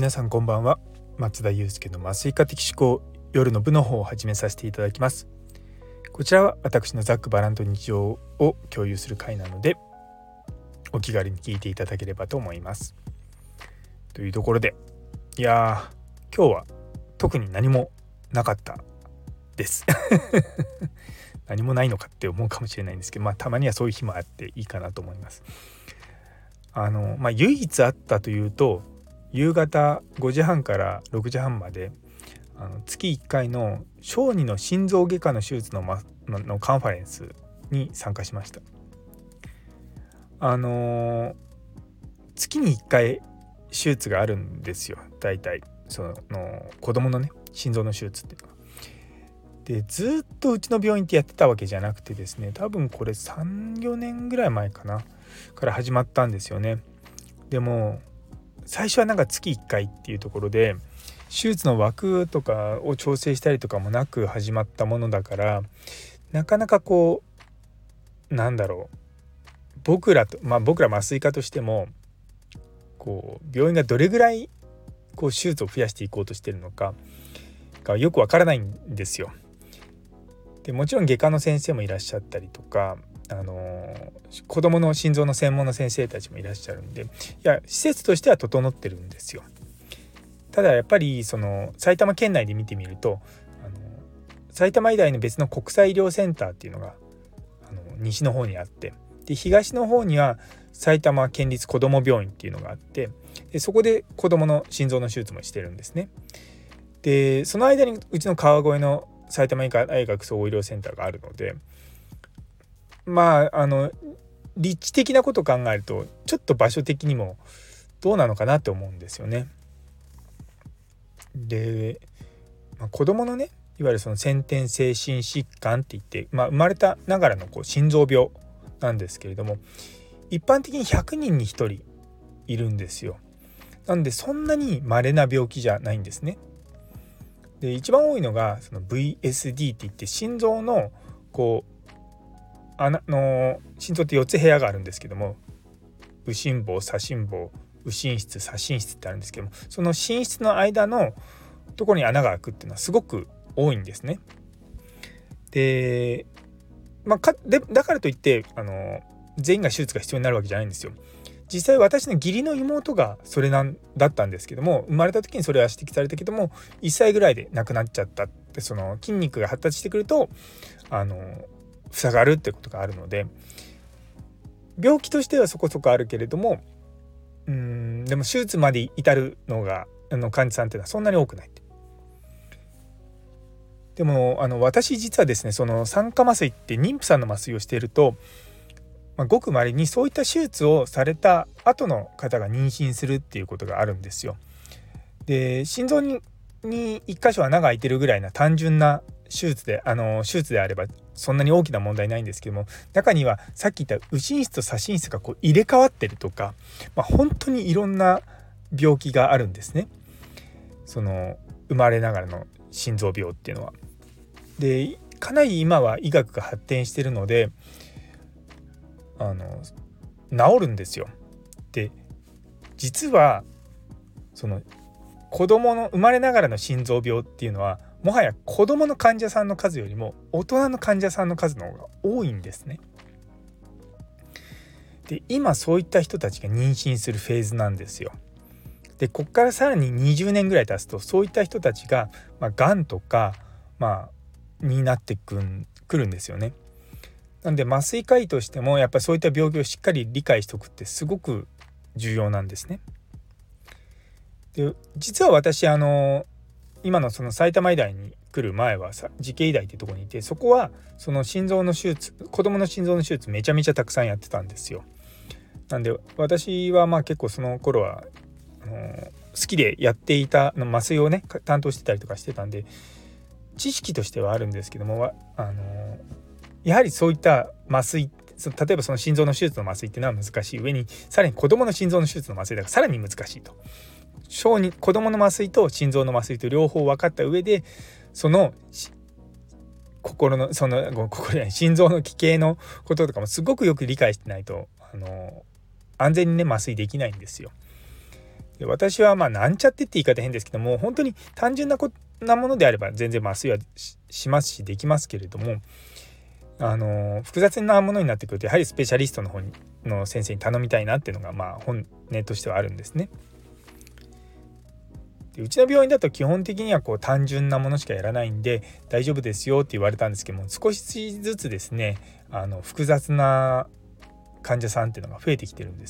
皆さんこんばんは。松田祐介の麻酔科的思考夜の部の方を始めさせていただきます。こちらは私のざっくばらんと日常を共有する回なので、お気軽に聞いていただければと思います。というところで、今日は特に何もなかったです何もないのかって思うかもしれないんですけど、たまにはそういう日もあっていいかなと思います。唯一あったというと、夕方5時半から6時半まで月1回の小児の心臓外科の手術のカンファレンスに参加しました。月に1回手術があるんですよ。だいたいその子供のね心臓の手術っていうのが。でずっとうちの病院ってやってたわけじゃなくてですね、多分これ 3,4 年ぐらい前かなから始まったんですよね。でも最初は月1回っていうところで、手術の枠とかを調整したりとかもなく始まったものだから、なかなか僕ら麻酔科としても病院がどれぐらい手術を増やしていこうとしてるのかがよくわからないんですよ。でもちろん外科の先生もいらっしゃったりとか、子どもの心臓の専門の先生たちもいらっしゃるんで、施設としては整ってるんですよ。ただやっぱり埼玉県内で見てみると、埼玉医大の別の国際医療センターっていうのが西の方にあって、で東の方には埼玉県立こども病院っていうのがあって、でそこで子どもの心臓の手術もしてるんですね。でその間にうちの川越の埼玉医科大学総合医療センターがあるので、立地的なことを考えるとちょっと場所的にもどうなのかなって思うんですよね。で、子どものねいわゆる先天性心疾患っていって、生まれたながらの心臓病なんですけれども、一般的に100人に1人いるんですよ。なのでそんなに稀な病気じゃないんですね。で一番多いのがVSD っていって、心臓の心臓って4つ部屋があるんですけども、右心房、左心房、右心室、左心室ってあるんですけども、その心室の間のところに穴が開くっていうのはすごく多いんですね。で、だからといって全員が手術が必要になるわけじゃないんですよ。実際私の義理の妹がそれだったんですけども、生まれた時にそれは指摘されたけども1歳ぐらいで亡くなっちゃったって、その筋肉が発達してくると塞がるってことがあるので、病気としてはそこそこあるけれども、でも手術まで至るのが患者さんっていうのはそんなに多くない。でも私実はですね、その酸化麻酔って妊婦さんの麻酔をしていると、ごく稀にそういった手術をされた後の方が妊娠するっていうことがあるんですよ。で心臓に1箇所穴が開いてるぐらいな単純な手術であればそんなに大きな問題ないんですけども、中にはさっき言った右心室と左心室が入れ替わってるとか、本当にいろんな病気があるんですね。生まれながらの心臓病っていうのは。でかなり今は医学が発展してるので治るんですよ。で実は子供の生まれながらの心臓病っていうのはもはや子供の患者さんの数よりも大人の患者さんの数の方が多いんですね。で今そういった人たちが妊娠するフェーズなんですよ。でここからさらに20年ぐらい経つと、そういった人たちががんとかになってくるんですよね。なので麻酔科医としてもやっぱりそういった病気をしっかり理解しておくってすごく重要なんですね。で実は私今の埼玉医大に来る前は慈恵医大っていうところにいて、そこは心臓の手術、子どもの心臓の手術めちゃめちゃたくさんやってたんですよ。なんで私は結構その頃は好きでやっていた麻酔をね担当してたりとかしてたんで、知識としてはあるんですけども、やはりそういった麻酔、例えば心臓の手術の麻酔っていうのは難しい上に、さらに子どもの心臓の手術の麻酔だからさらに難しいと。子どもの麻酔と心臓の麻酔と両方分かった上で、心臓の奇形のこととかもすごくよく理解してないと安全にね麻酔できないんですよ。 で私はなんちゃってって言い方変ですけども、本当に単純なものであれば全然麻酔は しますしできますけれども、複雑なものになってくるとやはりスペシャリストの方の先生に頼みたいなっていうのが本音としてはあるんですね。でうちの病院だと基本的には単純なものしかやらないんで大丈夫ですよって言われたんですけども、少しずつですね複雑な患者さんっていうのが増えてきてるんです。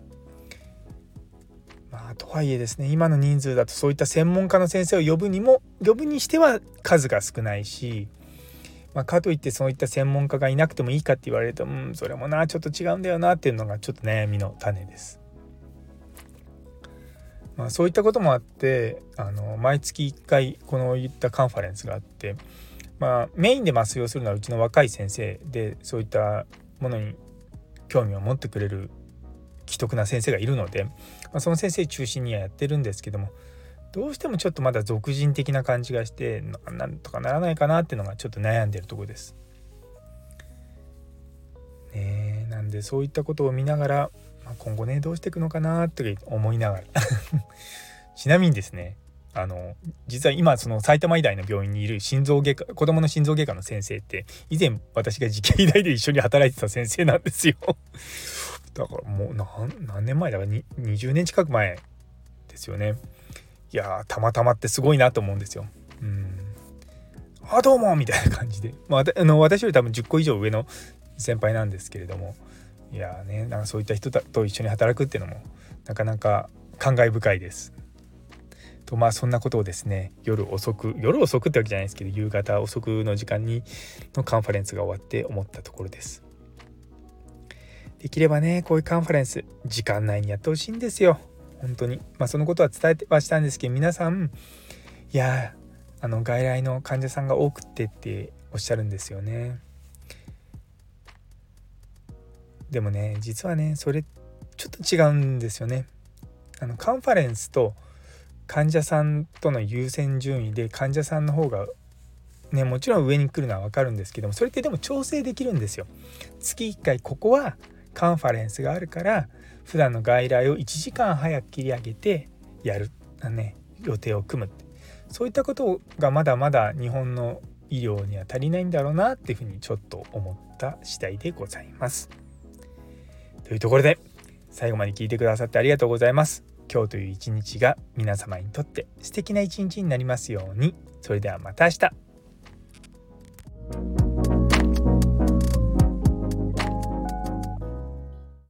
とはいえですね、今の人数だとそういった専門家の先生を呼ぶにしては数が少ないし、かといってそういった専門家がいなくてもいいかって言われるとそれもちょっと違うんだよなっていうのがちょっと悩みの種です。そういったこともあって毎月1回このいったカンファレンスがあって、メインで麻酔をするのはうちの若い先生で、そういったものに興味を持ってくれる既得な先生がいるので、その先生中心にはやってるんですけども、どうしてもちょっとまだ俗人的な感じがしてなんとかならないかなっていうのがちょっと悩んでるところです。なんでそういったことを見ながら、今後どうしていくのかなって思いながらちなみにですね実は今その埼玉医大の病院にいる子どもの心臓外科の先生って以前私が慈恵医大で一緒に働いてた先生なんですよだからもう何年前だから20年近く前ですよね。いやたまたまってすごいなと思うんですよ。どうもみたいな感じで、私より多分10個以上上の先輩なんですけれども、いやね、そういった人と一緒に働くっていうのもなかなか感慨深いですと。そんなことをですね、夜遅くってわけじゃないですけど、夕方遅くの時間のカンファレンスが終わって思ったところです。できればね、こういうカンファレンス時間内にやってほしいんですよ本当に。そのことは伝えてはしたんですけど、皆さんいや外来の患者さんが多くっておっしゃるんですよね。でもね、実はねそれちょっと違うんですよね。カンファレンスと患者さんとの優先順位で患者さんの方がね、もちろん上に来るのは分かるんですけども、それってでも調整できるんですよ。月1回ここはカンファレンスがあるから普段の外来を1時間早く切り上げてやる予定を組むって、そういったことがまだまだ日本の医療には足りないんだろうなっていうふうにちょっと思った次第でございます。というところで最後まで聞いてくださってありがとうございます。今日という一日が皆様にとって素敵な一日になりますように。それではまた明日。